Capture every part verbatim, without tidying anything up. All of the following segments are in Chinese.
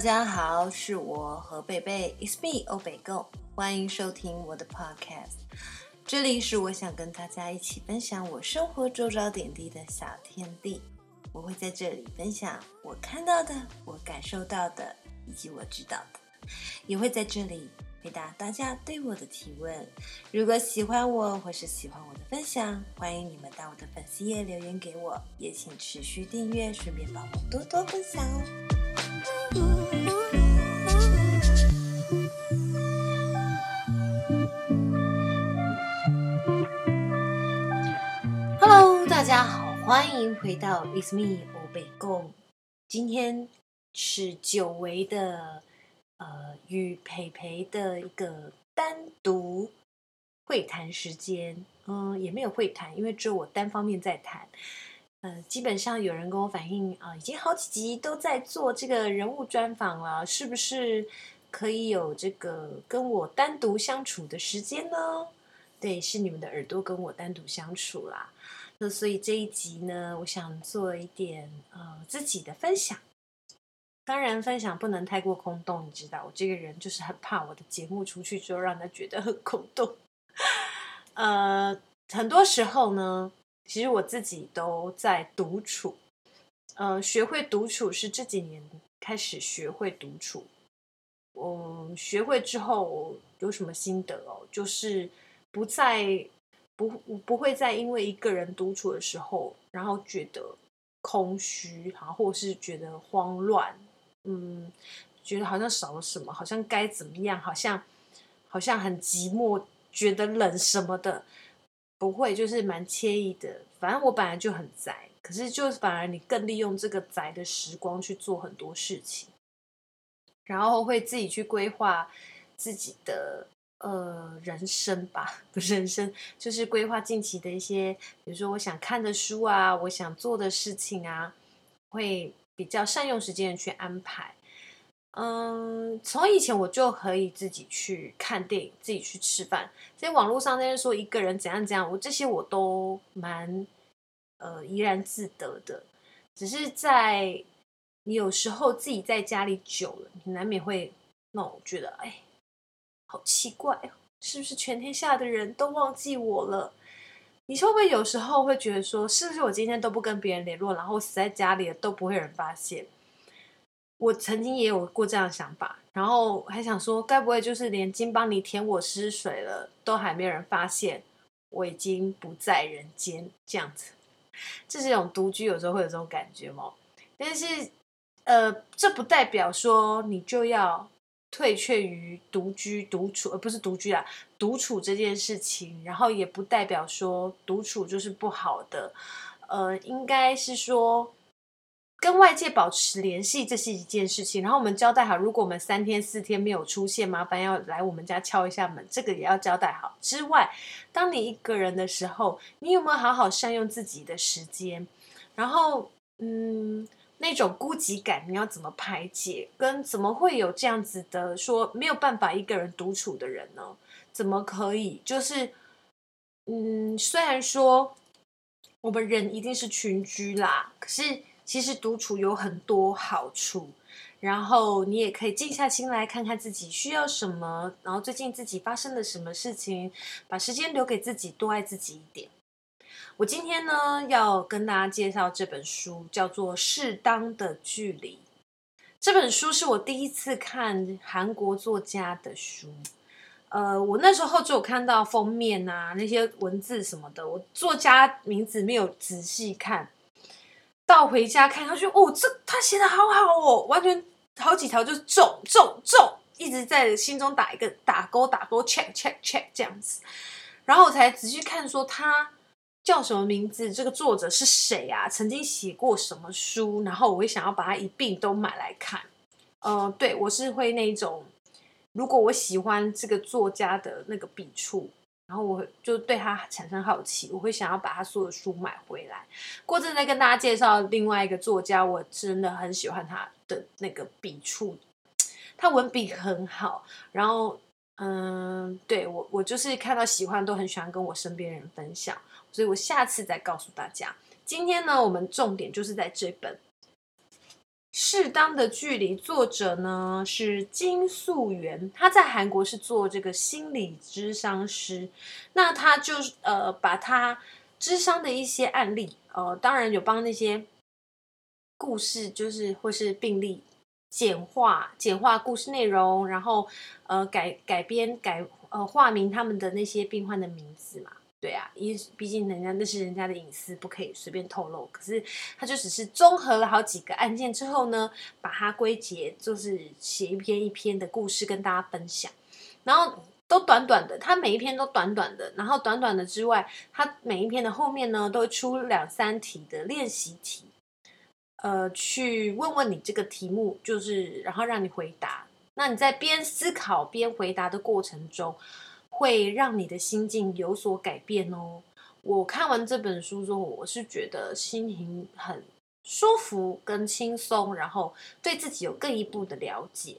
家好，是我和贝贝 It's me 欧北共，欢迎收听我的 podcast。这里是我想跟大家一起分享我生活周遭点滴的小天地。我会在这里分享我看到的，我感受到的，以及我知道的，也会在这里回答大家对我的提问。如果喜欢我或是喜欢我的分享，欢迎你们到我的粉丝页留言给我，也请持续订阅，顺便帮我多多分享哦。Hello， 大家好，欢迎回到 It's me 欧北共。今天是久违的呃与培培的一个单独会谈时间，嗯，也没有会谈，因为只有我单方面在谈。呃，基本上有人跟我反映啊、呃，已经好几集都在做这个人物专访了，是不是可以有这个跟我单独相处的时间呢？对，是你们的耳朵跟我单独相处啦。那所以这一集呢，我想做一点呃自己的分享。当然，分享不能太过空洞，你知道，我这个人就是很怕我的节目出去之后让人觉得很空洞。呃，很多时候呢，其实我自己都在独处。呃，学会独处是这几年开始学会独处。嗯，学会之后有什么心得哦？就是不再不不会再因为一个人独处的时候，然后觉得空虚，然后或是觉得慌乱，嗯，觉得好像少了什么，好像该怎么样，好像好像很寂寞，觉得冷什么的，不会，就是蛮惬意的。反正我本来就很宅，可是就反而你更利用这个宅的时光去做很多事情。然后会自己去规划自己的呃人生吧，不是人生，就是规划近期的一些，比如说我想看的书啊，我想做的事情啊，会比较善用时间的去安排。嗯，从以前我就可以自己去看电影，自己去吃饭。这些网络上那些说一个人怎样怎样，我这些我都蛮呃怡然自得的。只是在你有时候自己在家里久了，你难免会那种觉得，哎，好奇怪哦，是不是全天下的人都忘记我了？你会不会有时候会觉得说，是不是我今天都不跟别人联络，然后死在家里了都不会有人发现？我曾经也有过这样的想法，然后还想说，该不会就是连金邦尼舔我湿水了，都还没有人发现我已经不在人间这样子？这是一种独居，有时候会有这种感觉吗？但是，呃，这不代表说你就要退却于独居、独处，而不是独居啊，独处这件事情。然后也不代表说独处就是不好的，呃，应该是说跟外界保持联系，这是一件事情。然后我们交代好，如果我们三天四天没有出现，麻烦要来我们家敲一下门，这个也要交代好。之外，当你一个人的时候，你有没有好好善用自己的时间？然后，嗯，那种孤寂感你要怎么排解？跟怎么会有这样子的说没有办法一个人独处的人呢？怎么可以？就是，嗯，虽然说我们人一定是群居啦，可是其实独处有很多好处。然后你也可以静下心来看看自己需要什么，然后最近自己发生了什么事情，把时间留给自己，多爱自己一点。我今天呢要跟大家介绍这本书，叫做《适当的距离》。这本书是我第一次看韩国作家的书。呃，我那时候只有看到封面啊，那些文字什么的，我作家名字没有仔细看。到回家看，他说：“哦，这他写的好好哦，完全好几条就是中中中，一直在心中打一个打勾打勾 check check check 这样子。”然后我才仔细看说他叫什么名字，这个作者是谁啊？曾经写过什么书？然后我会想要把它一并都买来看。呃，对，我是会那种，如果我喜欢这个作家的那个笔触，然后我就对他产生好奇，我会想要把他所有书买回来。过阵再跟大家介绍另外一个作家，我真的很喜欢他的那个笔触，他文笔很好，然后嗯，对，我我就是看到喜欢都很喜欢跟我身边人分享，所以我下次再告诉大家。今天呢，我们重点就是在这本适当的距离，作者呢是金素媛，他在韩国是做这个心理咨商师。那他就呃把他咨商的一些案例，呃，当然有帮那些故事，就是或是病例简化简化故事内容，然后呃改改编改呃化名他们的那些病患的名字嘛。对啊，因毕竟人家那是人家的隐私，不可以随便透露。可是他就只是综合了好几个案件之后呢，把它归结，就是写一篇一篇的故事跟大家分享。然后都短短的，他每一篇都短短的，然后短短的之外，他每一篇的后面呢，都会出两三题的练习题，呃，去问问你这个题目，就是然后让你回答。那你在边思考边回答的过程中，会让你的心境有所改变哦。我看完这本书之后，我是觉得心情很舒服跟轻松，然后对自己有更一步的了解。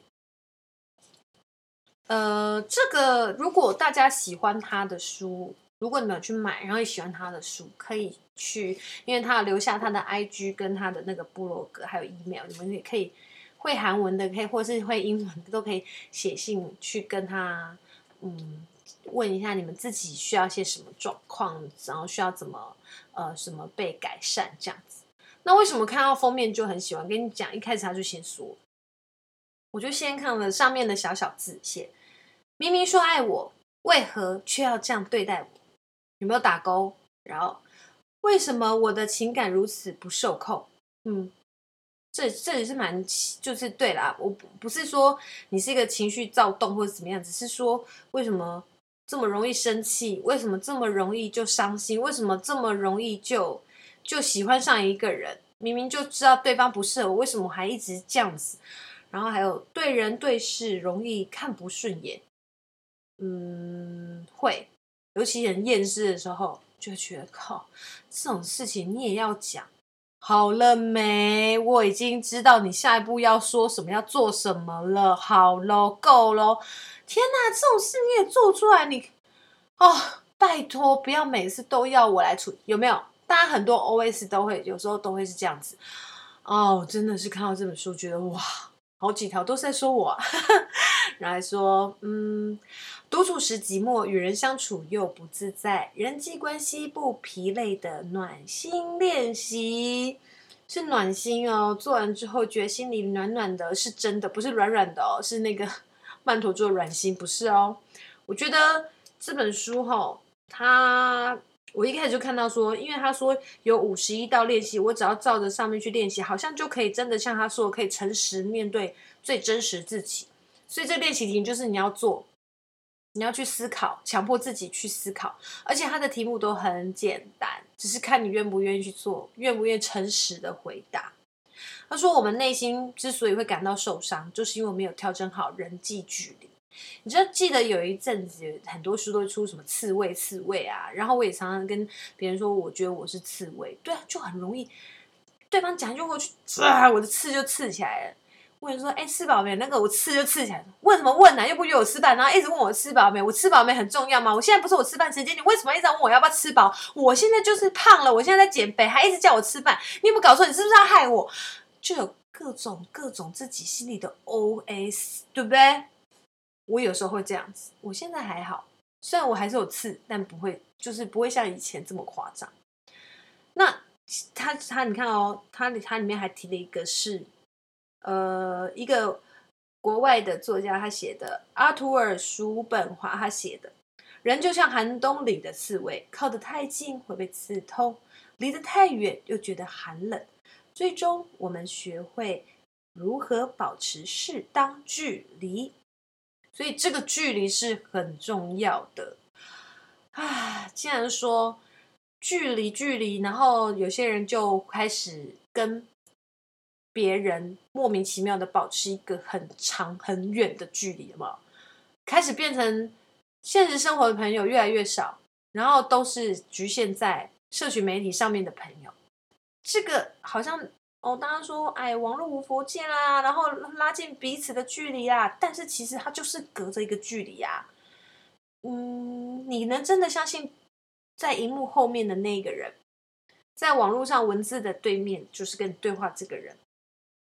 呃，这个如果大家喜欢他的书，如果你们有去买，然后也喜欢他的书，可以去，因为他留下他的 I G 跟他的那个部落格还有 email，你们也可以会韩文的，可以或是会英文的，都可以写信去跟他，嗯，问一下你们自己需要些什么状况，然后需要怎么呃什么被改善这样子。那为什么看到封面就很喜欢？跟你讲，一开始他就先说。我就先看了上面的小小字写，明明说爱我，为何却要这样对待我？有没有打勾？然后为什么我的情感如此不受控？嗯，这这也是蛮，就是对啦，我不不是说你是一个情绪躁动或者怎么样，只是说为什么这么容易生气？为什么这么容易就伤心？为什么这么容易就就喜欢上一个人？明明就知道对方不适合我，为什么还一直这样子？然后还有对人对事容易看不顺眼，嗯，会，尤其很厌世的时候，就会觉得靠，这种事情你也要讲，好了没？我已经知道你下一步要说什么，要做什么了，好咯，够咯。天哪，这种事你也做出来，你哦，拜托，不要每次都要我来处理，有没有？大家很多 O S 都会，有时候都会是这样子。哦，真的是看到这本书，觉得哇。好几条都是在说我、啊，然后还说，嗯，独处时寂寞，与人相处又不自在，人际关系不疲累的暖心练习，是暖心哦。做完之后觉得心里暖暖的，是真的，不是软软的哦，是那个曼陀珠的软心，不是哦。我觉得这本书哈、哦，它。我一开始就看到说，因为他说有五十一道练习，我只要照着上面去练习，好像就可以真的像他说的，可以诚实面对最真实自己。所以这练习题就是你要做，你要去思考，强迫自己去思考，而且他的题目都很简单，只是看你愿不愿意去做，愿不愿意诚实的回答。他说，我们内心之所以会感到受伤，就是因为没有调整好人际距离。你就记得有一阵子很多书都会出什么刺猬刺猬啊，然后我也常常跟别人说，我觉得我是刺猬，对啊，就很容易对方讲一句话，去啊，我的刺就刺起来了。问说，哎、欸，吃饱没？那个我刺就刺起来了。问什么问啊？又不约我吃饭，然后一直问我吃饱没？我吃饱没很重要吗？我现在不是我吃饭时间，你为什么一直问我要不要吃饱？我现在就是胖了，我现在在减肥，还一直叫我吃饭，你有没有搞错？你是不是要害我？就有各种各种自己心里的 O S， 对不对？我有时候会这样子，我现在还好，虽然我还是有刺，但不会，就是不会像以前这么夸张。那他他你看哦，他他里面还提了一个是，呃，一个国外的作家他写的，阿图尔·叔本华他写的，人就像寒冬里的刺猬，靠得太近会被刺痛，离得太远又觉得寒冷。最终，我们学会如何保持适当距离。所以这个距离是很重要的啊！既然说距离距离，然后有些人就开始跟别人莫名其妙的保持一个很长很远的距离，有没有？开始变成现实生活的朋友越来越少，然后都是局限在社群媒体上面的朋友。这个好像哦，大家说哎，网络无佛界啦，然后拉近彼此的距离啊，但是其实它就是隔着一个距离啊。嗯，你能真的相信在荧幕后面的那个人，在网络上文字的对面就是跟你对话这个人，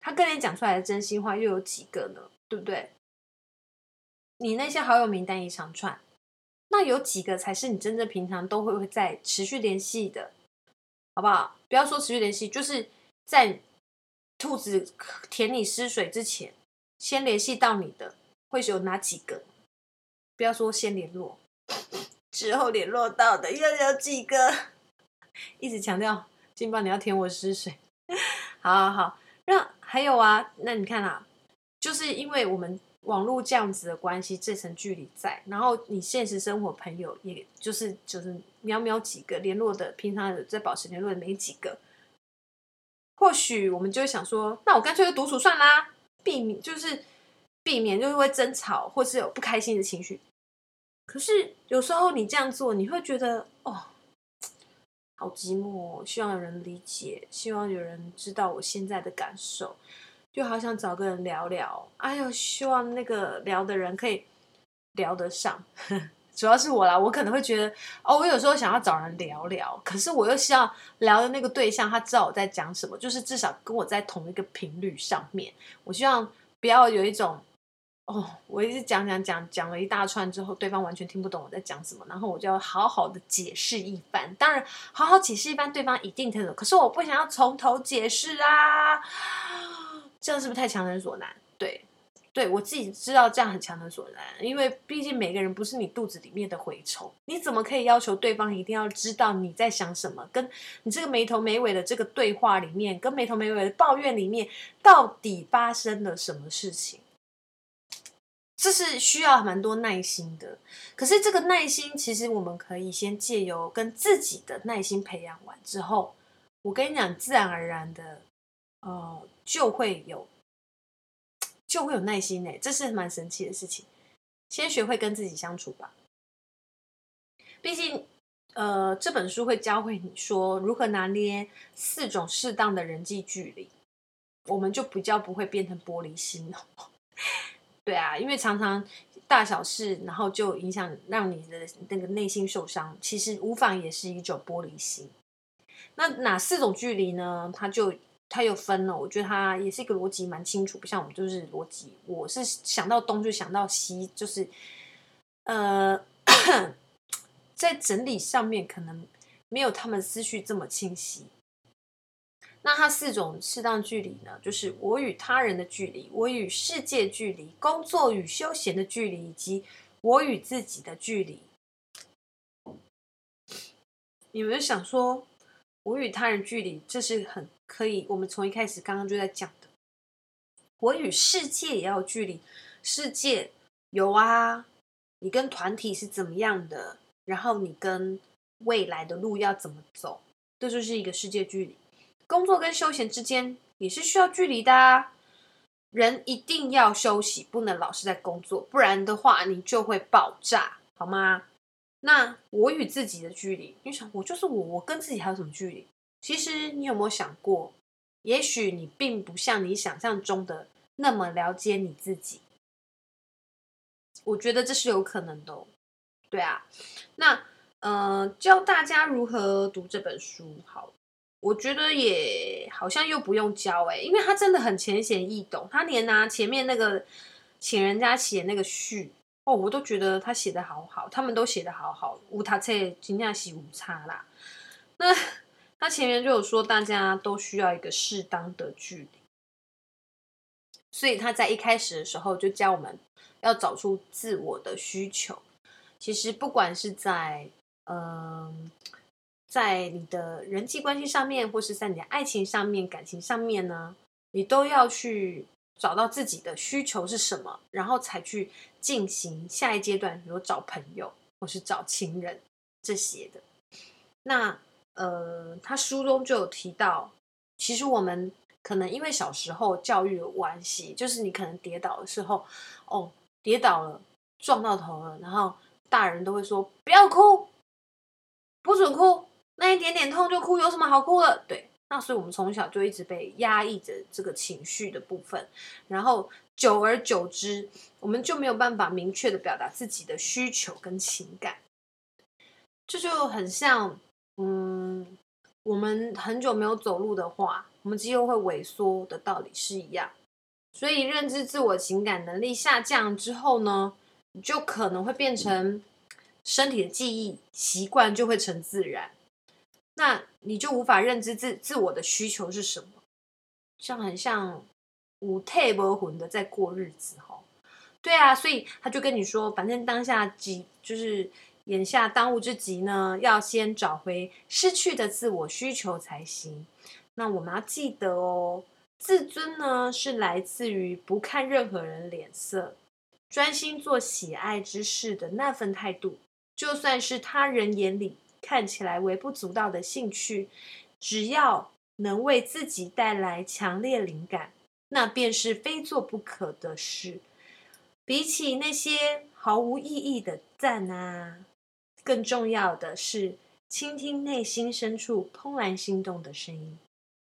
他跟你讲出来的真心话又有几个呢？对不对？你那些好友名单一长串，那有几个才是你真正平常都会会在持续联系的，好不好？不要说持续联系，就是在兔子舔你湿水之前，先联系到你的，会有哪几个？不要说先联络，之后联络到的又有几个？一直强调金宝你要舔我湿水，好好好。那还有啊，那你看啊，就是因为我们网络这样子的关系，这层距离在，然后你现实生活朋友，也就是就是寥寥几个联络的，平常在保持联络的没几个，或许我们就会想说，那我干脆就独处算啦，避免就是避免就是会争吵，或是有不开心的情绪。可是有时候你这样做，你会觉得哦，好寂寞哦，希望有人理解，希望有人知道我现在的感受。就好想找个人聊聊，哎呦，希望那个聊的人可以聊得上。主要是我啦，我可能会觉得，哦，我有时候想要找人聊聊，可是我又希望聊的那个对象他知道我在讲什么，就是至少跟我在同一个频率上面。我希望不要有一种，哦，我一直讲讲讲讲了一大串之后，对方完全听不懂我在讲什么，然后我就要好好的解释一番。当然，好好解释一番，对方一定听得懂，可是我不想要从头解释啊。这样是不是太强人所难？对，对我自己知道这样很强人所难，因为毕竟每个人不是你肚子里面的蛔虫，你怎么可以要求对方一定要知道你在想什么？跟你这个没头没尾的这个对话里面，跟没头没尾的抱怨里面，到底发生了什么事情？这是需要蛮多耐心的。可是这个耐心，其实我们可以先借由跟自己的耐心培养完之后，我跟你讲，自然而然的。呃，就会有就会有耐心欸，这是蛮神奇的事情。先学会跟自己相处吧，毕竟，呃，这本书会教会你说如何拿捏四种适当的人际距离，我们就比较不会变成玻璃心哦。对啊，因为常常大小事，然后就影响让你的那个内心受伤，其实无妨也是一种玻璃心。那哪四种距离呢？它就它有分了，我觉得它也是一个逻辑蛮清楚，不像我们就是逻辑，我是想到东就想到西，就是呃，在整理上面可能没有他们思绪这么清晰。那它四种适当距离呢，就是我与他人的距离，我与世界距离，工作与休闲的距离，以及我与自己的距离。你们想说？我与他人距离，这是很可以。我们从一开始刚刚就在讲的，我与世界也要有距离。世界有啊，你跟团体是怎么样的，然后你跟未来的路要怎么走，这就是一个世界距离。工作跟休闲之间也是需要距离的啊。人一定要休息，不能老是在工作，不然的话你就会爆炸，好吗？那我与自己的距离，你想，我就是我，我跟自己还有什么距离？其实你有没有想过，也许你并不像你想象中的那么了解你自己。我觉得这是有可能的哦。对啊，那呃，教大家如何读这本书，好，我觉得也好像又不用教哎、欸，因为它真的很浅显易懂，它连啊前面那个请人家写那个序。哦，我都觉得他写的好好，他们都写的好好，无他册真正是无差啦。那他前面就有说，大家都需要一个适当的距离，所以他在一开始的时候就教我们要找出自我的需求。其实不管是在嗯、呃，在你的人际关系上面，或是在你的爱情上面、感情上面呢，你都要去找到自己的需求是什么，然后才去进行下一阶段，比如找朋友或是找情人这些的。那呃，他书中就有提到，其实我们可能因为小时候教育的关系，就是你可能跌倒的时候，哦，跌倒了，撞到头了，然后大人都会说不要哭，不准哭，那一点点痛就哭，有什么好哭的？对。那所以我们从小就一直被压抑着这个情绪的部分，然后久而久之，我们就没有办法明确的表达自己的需求跟情感。这就很像，嗯，我们很久没有走路的话， 我们肌肉会萎缩的道理是一样。所以认知自我情感能力下降之后呢，你就可能会变成身体的记忆习惯就会成自然，那你就无法认知自自我的需求是什么，像很像无体无魂的在过日子齁。对啊，所以他就跟你说，反正当下急就是眼下当务之急呢，要先找回失去的自我需求才行。那我们要记得哦，自尊呢是来自于不看任何人脸色，专心做喜爱之事的那份态度。就算是他人眼里看起来微不足道的兴趣，只要能为自己带来强烈灵感，那便是非做不可的事。比起那些毫无意义的赞啊，更重要的是倾听内心深处怦然心动的声音。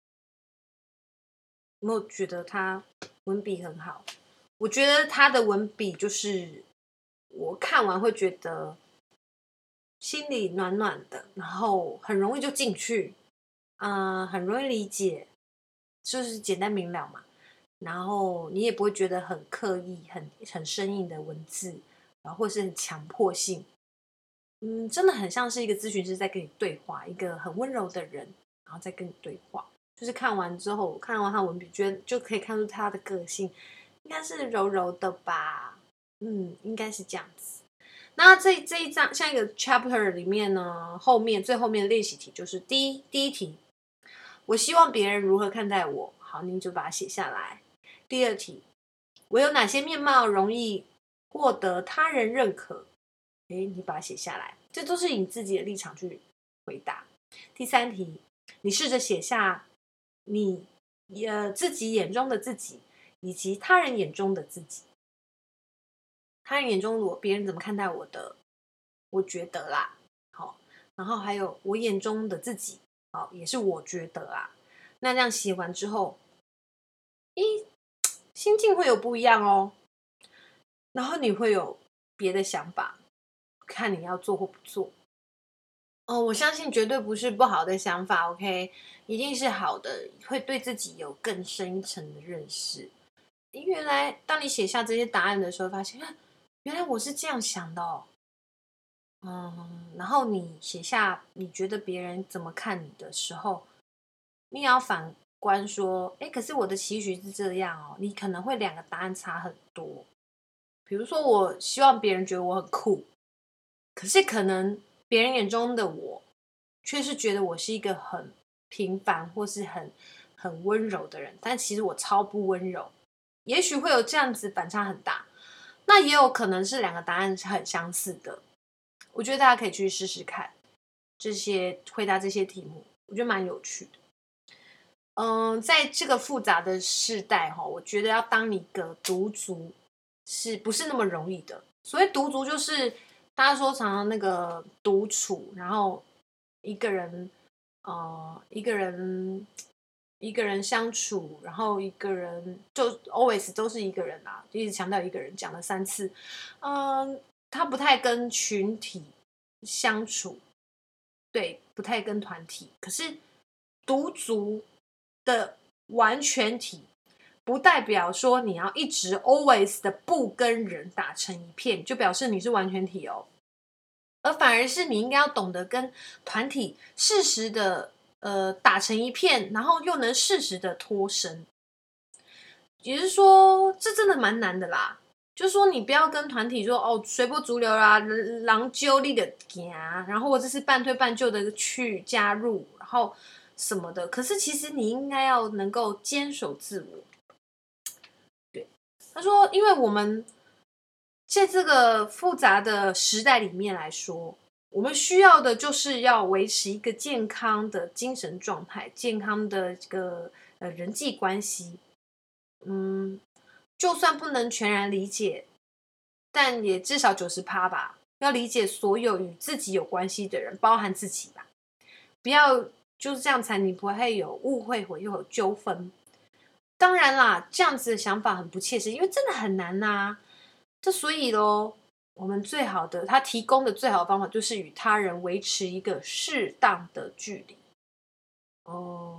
有没有觉得他文笔很好？我觉得他的文笔就是我看完会觉得心里暖暖的，然后很容易就进去，嗯、呃，很容易理解，就是简单明了嘛。然后你也不会觉得很刻意、很很生硬的文字，然后或是很强迫性。嗯，真的很像是一个咨询师在跟你对话，一个很温柔的人，然后再跟你对话。就是看完之后，看完他文笔，觉得就可以看出他的个性，应该是柔柔的吧？嗯，应该是这样子。那这这一章像一个 chapter 里面呢，后面最后面的练习题就是第一第一题，我希望别人如何看待我？好，您就把它写下来。第二题，我有哪些面貌容易获得他人认可？诶，你把它写下来，这都是以你自己的立场去回答。第三题，你试着写下你呃自己眼中的自己，以及他人眼中的自己。他人眼中我别人怎么看待我的？我觉得啦，好，然后还有我眼中的自己，好，也是我觉得啊。那这样写完之后，咦，心境会有不一样哦，然后你会有别的想法，看你要做或不做。哦，我相信绝对不是不好的想法，OK，一定是好的，会对自己有更深一层的认识。诶原来当你写下这些答案的时候，发现，啊原来我是这样想的哦。嗯，然后你写下你觉得别人怎么看你的时候，你也要反观说，哎，可是我的期许是这样哦，你可能会两个答案差很多。比如说，我希望别人觉得我很酷，可是可能别人眼中的我，却是觉得我是一个很平凡或是很很温柔的人，但其实我超不温柔。也许会有这样子反差很大，那也有可能是两个答案是很相似的。我觉得大家可以去试试看这些回答这些题目，我觉得蛮有趣的。嗯，在这个复杂的世代哈，我觉得要当一个独族是不是那么容易的？所谓独族，就是大家说常常那个独处，然后一个人，呃，一个人一个人相处，然后一个人就 always 都是一个人啊，就一直强调一个人，讲了三次。嗯，他不太跟群体相处，对，不太跟团体。可是独族的完全体，不代表说你要一直 always 的不跟人打成一片，就表示你是完全体哦。而反而是你应该要懂得跟团体适时的呃打成一片，然后又能适时的脱身。也就是说，这真的蛮难的啦。就是说，你不要跟团体说哦随波逐流啦，狼揪你的行，然后或者是半推半就的去加入，然后什么的。可是其实你应该要能够坚守自我。对，他说，因为我们在这个复杂的时代里面来说，我们需要的就是要维持一个健康的精神状态，健康的这个呃人际关系。嗯，就算不能全然理解，但也至少九十趴吧。要理解所有与自己有关系的人，包含自己吧。不要就是这样才你不会有误会或又有纠纷。当然啦，这样子的想法很不切实际，因为真的很难呐、啊。这所以咯，我们最好的他提供的最好的方法就是与他人维持一个适当的距离。哦，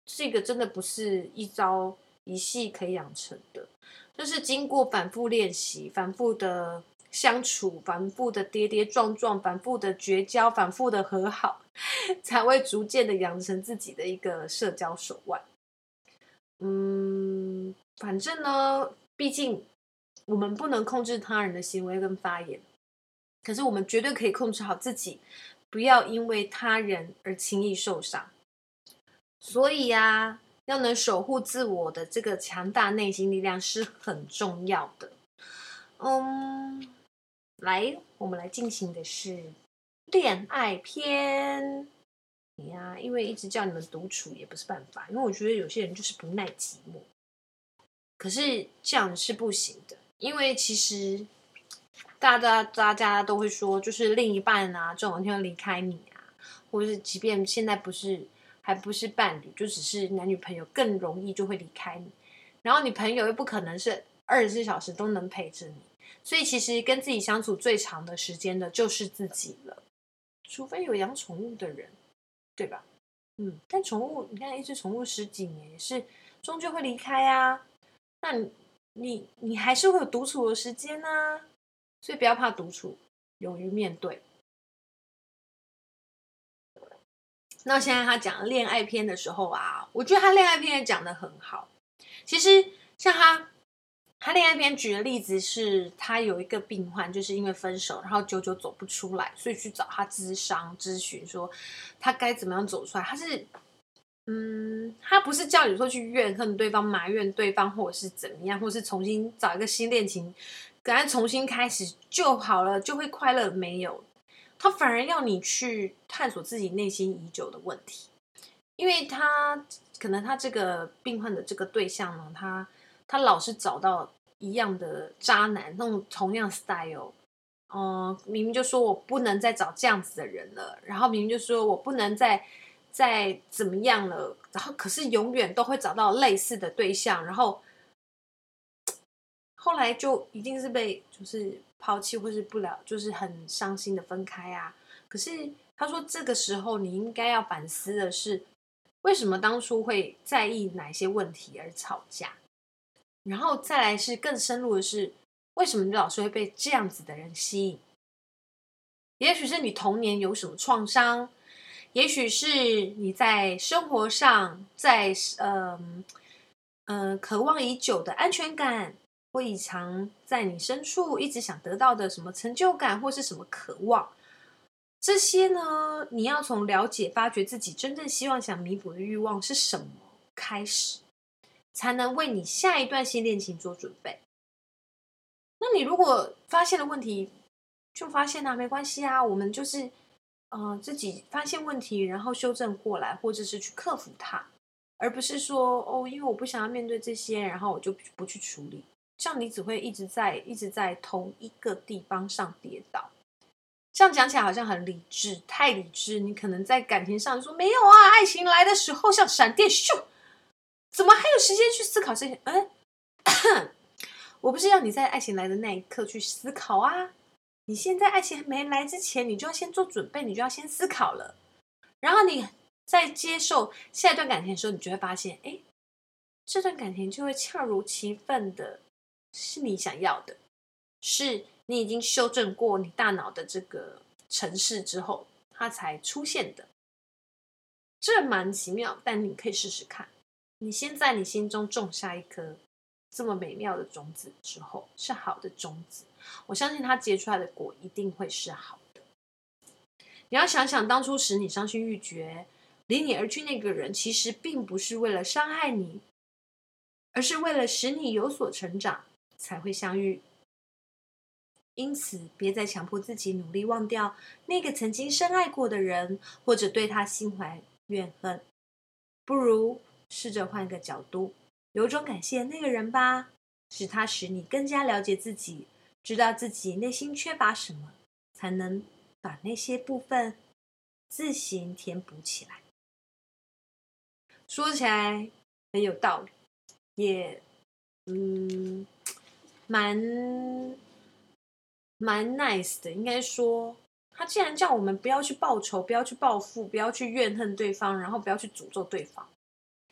这个真的不是一朝一夕可以养成的，就是经过反复练习、反复的相处、反复的跌跌撞撞、反复的绝交、反复的和好，才会逐渐的养成自己的一个社交手腕。嗯，反正呢，毕竟我们不能控制他人的行为跟发言，可是我们绝对可以控制好自己，不要因为他人而轻易受伤。所以啊，要能守护自我的这个强大内心力量是很重要的。嗯，来，我们来进行的是恋爱篇。你呀、因为一直叫你们独处也不是办法，因为我觉得有些人就是不耐寂寞。可是这样是不行的，因为其实大家大家都会说，就是另一半啊，这种天会离开你啊，或者是即便现在不是还不是伴侣，就只是男女朋友，更容易就会离开你。然后你朋友又不可能是二十四小时都能陪着你，所以其实跟自己相处最长的时间的就是自己了，除非有养宠物的人，对吧？嗯，但宠物，你看一只宠物十几年也是终究会离开啊。那你你你还是会有独处的时间啊，所以不要怕独处，勇于面对。那现在他讲恋爱篇的时候啊，我觉得他恋爱篇也讲得很好。其实像他，他恋爱篇举的例子是，他有一个病患，就是因为分手，然后久久走不出来，所以去找他咨商咨询，说他该怎么样走出来。他是，嗯，他不是叫你说去怨恨对方、埋怨对方，或者是怎么样，或是重新找一个新恋情，赶快重新开始就好了，就会快乐。没有，他反而要你去探索自己内心已久的问题。因为他可能他这个病患的这个对象呢，他他老是找到一样的渣男，那种同样 style，嗯、呃，明明就说我不能再找这样子的人了，然后明明就说我不能再再怎么样了，然后可是永远都会找到类似的对象，然后后来就一定是被就是抛弃，或是不了，就是很伤心的分开啊。可是他说这个时候你应该要反思的是，为什么当初会在意哪些问题而吵架？然后再来是更深入的是，为什么你老是会被这样子的人吸引？也许是你童年有什么创伤，也许是你在生活上，在嗯嗯、呃、渴望已久的安全感，或隐藏在你深处一直想得到的什么成就感，或是什么渴望。这些呢，你要从了解、发掘自己真正希望想弥补的欲望是什么开始，才能为你下一段新恋情做准备。那你如果发现了问题，就发现啊，没关系啊，我们就是呃自己发现问题，然后修正过来，或者是去克服它，而不是说哦，因为我不想要面对这些，然后我就不去处理，这样你只会一直在一直在同一个地方上跌倒。这样讲起来好像很理智，太理智。你可能在感情上说没有啊，爱情来的时候像闪电，咻，怎么还有时间去思考这些？嗯，我不是要你在爱情来的那一刻去思考啊，你现在爱情还没来之前，你就要先做准备，你就要先思考了。然后你在接受下一段感情的时候，你就会发现，哎，这段感情就会恰如其分的，是你想要的，是你已经修正过你大脑的这个程式之后，它才出现的。这蛮奇妙，但你可以试试看。你先在你心中种下一颗这么美妙的种子之后，是好的种子，我相信它结出来的果一定会是好的。你要想想，当初使你伤心欲绝、离你而去那个人，其实并不是为了伤害你，而是为了使你有所成长，才会相遇。因此，别再强迫自己努力忘掉那个曾经深爱过的人，或者对他心怀怨恨。不如试着换个角度，由衷感谢那个人吧，使他使你更加了解自己，知道自己内心缺乏什么，才能把那些部分自行填补起来。说起来很有道理，也嗯蛮蛮 nice 的。应该说，他既然叫我们不要去报仇，不要去报复，不要去怨恨对方，然后不要去诅咒对方，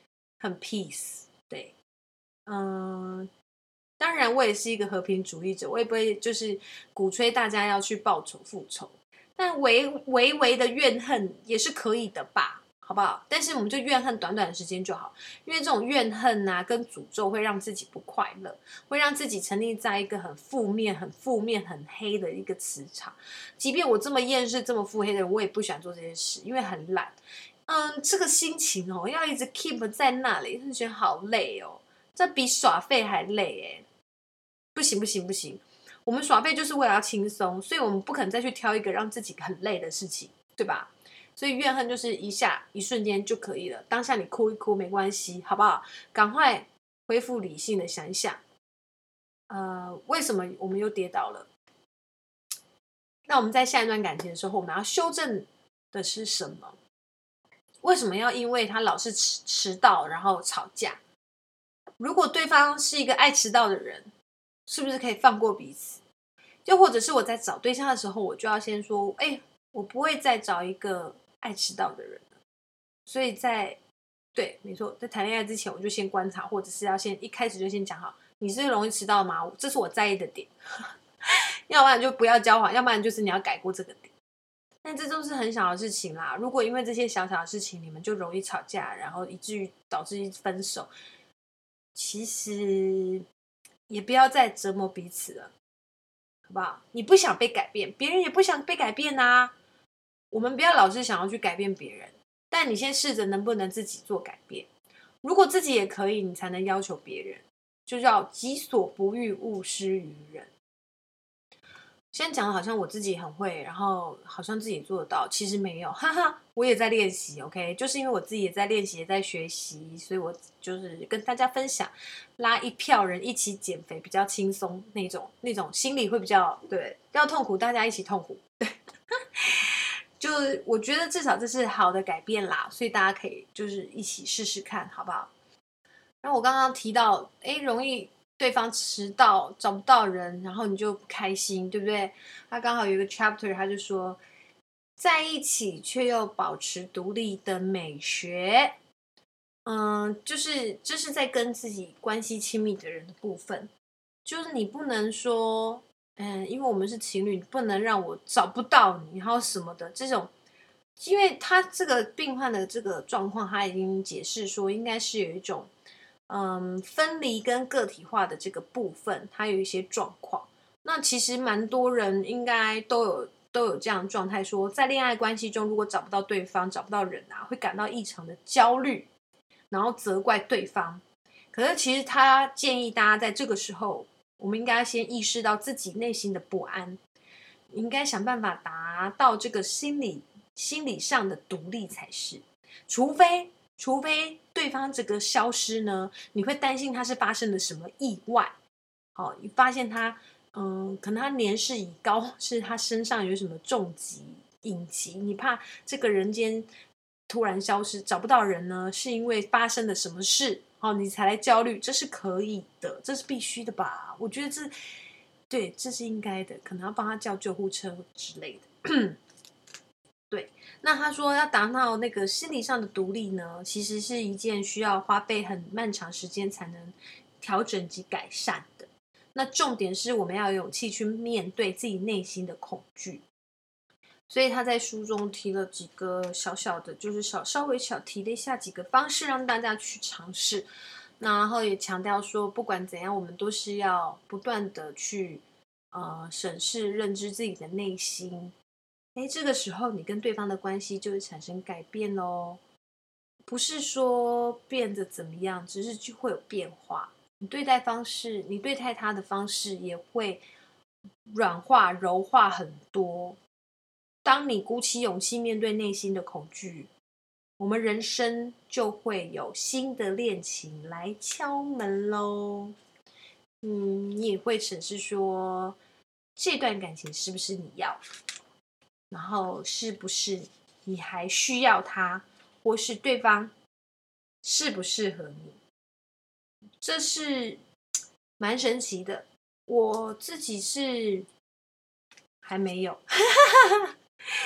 很 peace。对，嗯，当然我也是一个和平主义者，我也不会就是鼓吹大家要去报仇复仇，但微微微的怨恨也是可以的吧，好不好？但是我们就怨恨短短的时间就好，因为这种怨恨啊跟诅咒会让自己不快乐，会让自己沉溺在一个很负面、很负面、很黑的一个磁场。即便我这么厌世、这么腹黑的人，我也不喜欢做这件事，因为很懒。嗯，这个心情哦，要一直 keep 在那里，就觉得好累哦。这比耍废还累哎！不行不行不行，我们耍废就是为了要轻松，所以我们不可能再去挑一个让自己很累的事情，对吧？所以怨恨就是一下一瞬间就可以了，当下你哭一哭没关系，好不好？赶快恢复理性的想一想，呃，为什么我们又跌倒了？那我们在下一段感情的时候，我们要修正的是什么？为什么要因为他老是迟迟到然后吵架？如果对方是一个爱迟到的人，是不是可以放过彼此？又或者是我在找对象的时候，我就要先说，哎、欸，我不会再找一个爱迟到的人了。所以在对，没错，在谈恋爱之前，我就先观察，或者是要先一开始就先讲好，你是容易迟到吗？这是我在意的点。要不然就不要交往，要不然就是你要改过这个点。但这都是很小的事情啦。如果因为这些小小的事情，你们就容易吵架，然后以至于导致分手，其实也不要再折磨彼此了，好不好？你不想被改变，别人也不想被改变啊。我们不要老是想要去改变别人，但你先试着能不能自己做改变。如果自己也可以，你才能要求别人，就叫己所不欲，勿施于人。现在讲的好像我自己很会，然后好像自己做得到，其实没有，哈哈，我也在练习 ，OK， 就是因为我自己也在练习，也在学习，所以我就是跟大家分享，拉一票人一起减肥比较轻松那种，那种心里会比较对，要痛苦大家一起痛苦，对，就我觉得至少这是好的改变啦，所以大家可以就是一起试试看，好不好？然后我刚刚提到，哎，容易对方迟到找不到人，然后你就不开心，对不对？他刚好有一个 chapter， 他就说，在一起却又保持独立的美学，嗯，就是这是在跟自己关系亲密的人的部分，就是你不能说，嗯，因为我们是情侣，你不能让我找不到你，然后什么的这种。因为他这个病患的这个状况，他已经解释说，应该是有一种嗯，分离跟个体化的这个部分，它有一些状况。那其实蛮多人应该都有都有这样的状态，说在恋爱关系中，如果找不到对方、找不到人啊，会感到异常的焦虑，然后责怪对方。可是其实他建议大家在这个时候，我们应该先意识到自己内心的不安，应该想办法达到这个心理心理上的独立才是，除非。除非对方这个消失呢，你会担心他是发生了什么意外。好、哦，你发现他，嗯，可能他年事已高，是他身上有什么重疾、隐疾，你怕这个人间突然消失，找不到人呢，是因为发生了什么事，哦，你才来焦虑，这是可以的，这是必须的吧？我觉得这，对，这是应该的，可能要帮他叫救护车之类的。对，那他说要达到那个心理上的独立呢，其实是一件需要花费很漫长时间才能调整及改善的。那重点是我们要有勇气去面对自己内心的恐惧。所以他在书中提了几个小小的，就是稍稍微小提了一下几个方式让大家去尝试。然后也强调说，不管怎样，我们都是要不断的去呃审视、认知自己的内心。哎，这个时候你跟对方的关系就会产生改变咯，不是说变得怎么样，只是就会有变化。你对待方式，你对待他的方式也会软化、柔化很多。当你鼓起勇气面对内心的恐惧，我们人生就会有新的恋情来敲门咯。嗯，你也会审视说，这段感情是不是你要？然后是不是你还需要他，或是对方适不适合你？这是蛮神奇的。我自己是还没有，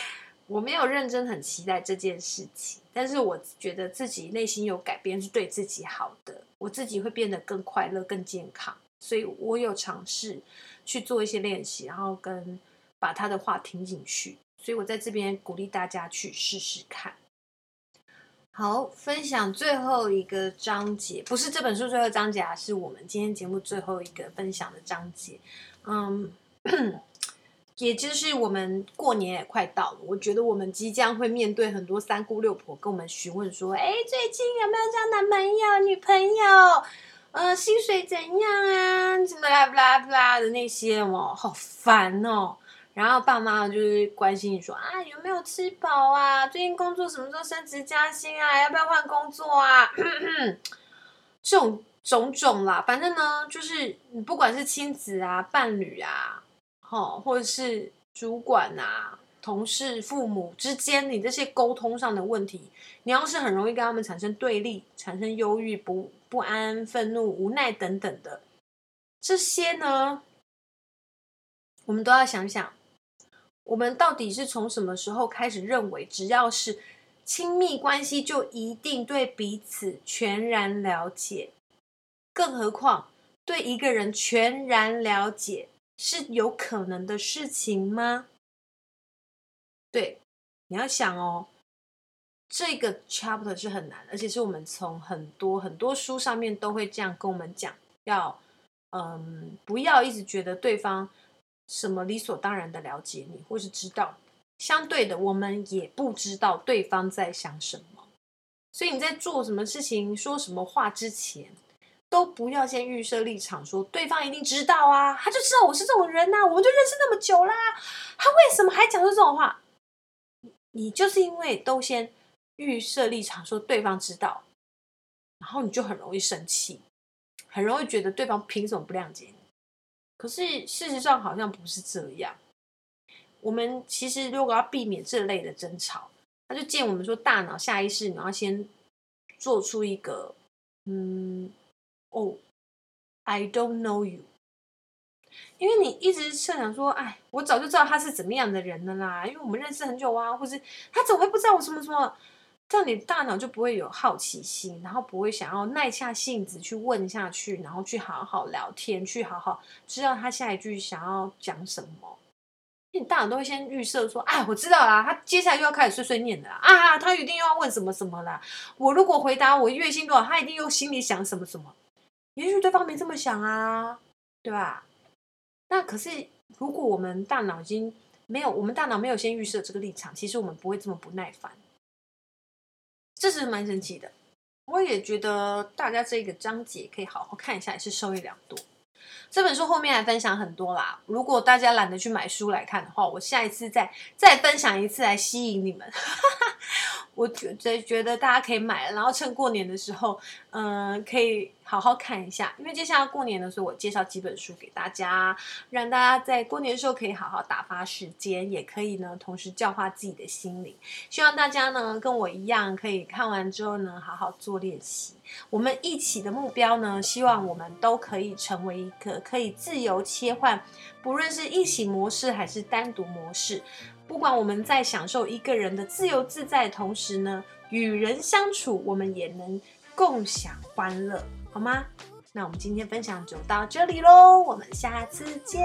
我没有认真很期待这件事情，但是我觉得自己内心有改变是对自己好的，我自己会变得更快乐、更健康，所以我有尝试去做一些练习，然后跟把他的话听进去，所以我在这边鼓励大家去试试看。好，分享最后一个章节，不是这本书最后一个章节啊，是我们今天节目最后一个分享的章节。嗯。也就是我们过年也快到了，我觉得我们即将会面对很多三姑六婆跟我们询问说，哎，最近有没有交男朋友、女朋友？呃，薪水怎样啊？什么啦不啦不啦的那些哦，好烦哦。然后爸妈就是关心你说啊，有没有吃饱啊？最近工作什么时候升职加薪啊？要不要换工作啊？这种种种啦，反正呢，就是你不管是亲子啊、伴侣啊。哦，或者是主管啊、同事、父母之间，你这些沟通上的问题，你要是很容易跟他们产生对立、产生忧郁、不不安、愤怒、无奈等等的，这些呢，我们都要想想，我们到底是从什么时候开始认为，只要是亲密关系，就一定对彼此全然了解，更何况对一个人全然了解。是有可能的事情吗？对，你要想哦，这个 chapter 是很难，而且是我们从很多很多书上面都会这样跟我们讲，要嗯，不要一直觉得对方什么理所当然的了解你，或是知道，相对的，我们也不知道对方在想什么，所以你在做什么事情、说什么话之前。都不要先预设立场，说对方一定知道啊，他就知道我是这种人啊，我们就认识那么久啦，他为什么还讲出这种话？你就是因为都先预设立场，说对方知道，然后你就很容易生气，很容易觉得对方凭什么不谅解你？可是事实上好像不是这样。我们其实如果要避免这类的争吵，他就建议我们说，大脑下意识你要先做出一个嗯。哦、oh, ，I don't know you， 因为你一直设想说，哎，我早就知道他是怎么样的人了啦，因为我们认识很久啊，或是他怎么会不知道我什么什么？这样你大脑就不会有好奇心，然后不会想要耐下性子去问下去，然后去好好聊天，去好好知道他下一句想要讲什么。你大脑都会先预设说，哎，我知道啦，他接下来又要开始碎碎念的啦，啊，他一定又要问什么什么啦。我如果回答我月薪多少，他一定又心里想什么什么。也许对方没这么想啊，对吧？那可是如果我们大脑已经没有，我们大脑没有先预设这个立场，其实我们不会这么不耐烦，这是蛮神奇的。我也觉得大家这个章节可以好好看一下，也是受益良多。这本书后面还分享很多啦，如果大家懒得去买书来看的话，我下一次再再分享一次来吸引你们。我觉得觉得大家可以买，然后趁过年的时候，嗯、呃，可以好好看一下。因为接下来过年的时候，我介绍几本书给大家，让大家在过年的时候可以好好打发时间，也可以呢同时教化自己的心灵。希望大家呢跟我一样，可以看完之后呢好好做练习。我们一起的目标呢，希望我们都可以成为一个可以自由切换，不论是一起模式还是单独模式。不管我们在享受一个人的自由自在的同时呢，与人相处，我们也能共享欢乐，好吗？那我们今天分享就到这里咯，我们下次见。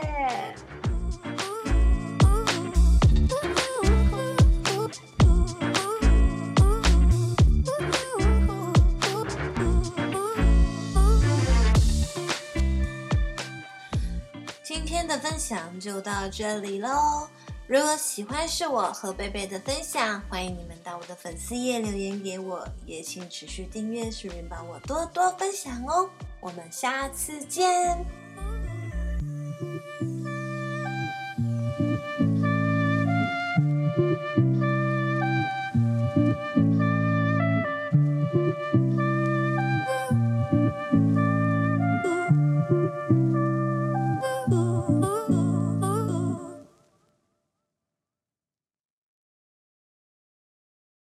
今天的分享就到这里咯。如果喜欢是我和贝贝的分享，欢迎你们到我的粉丝页留言给我，也请持续订阅，顺便帮我多多分享哦。我们下次见。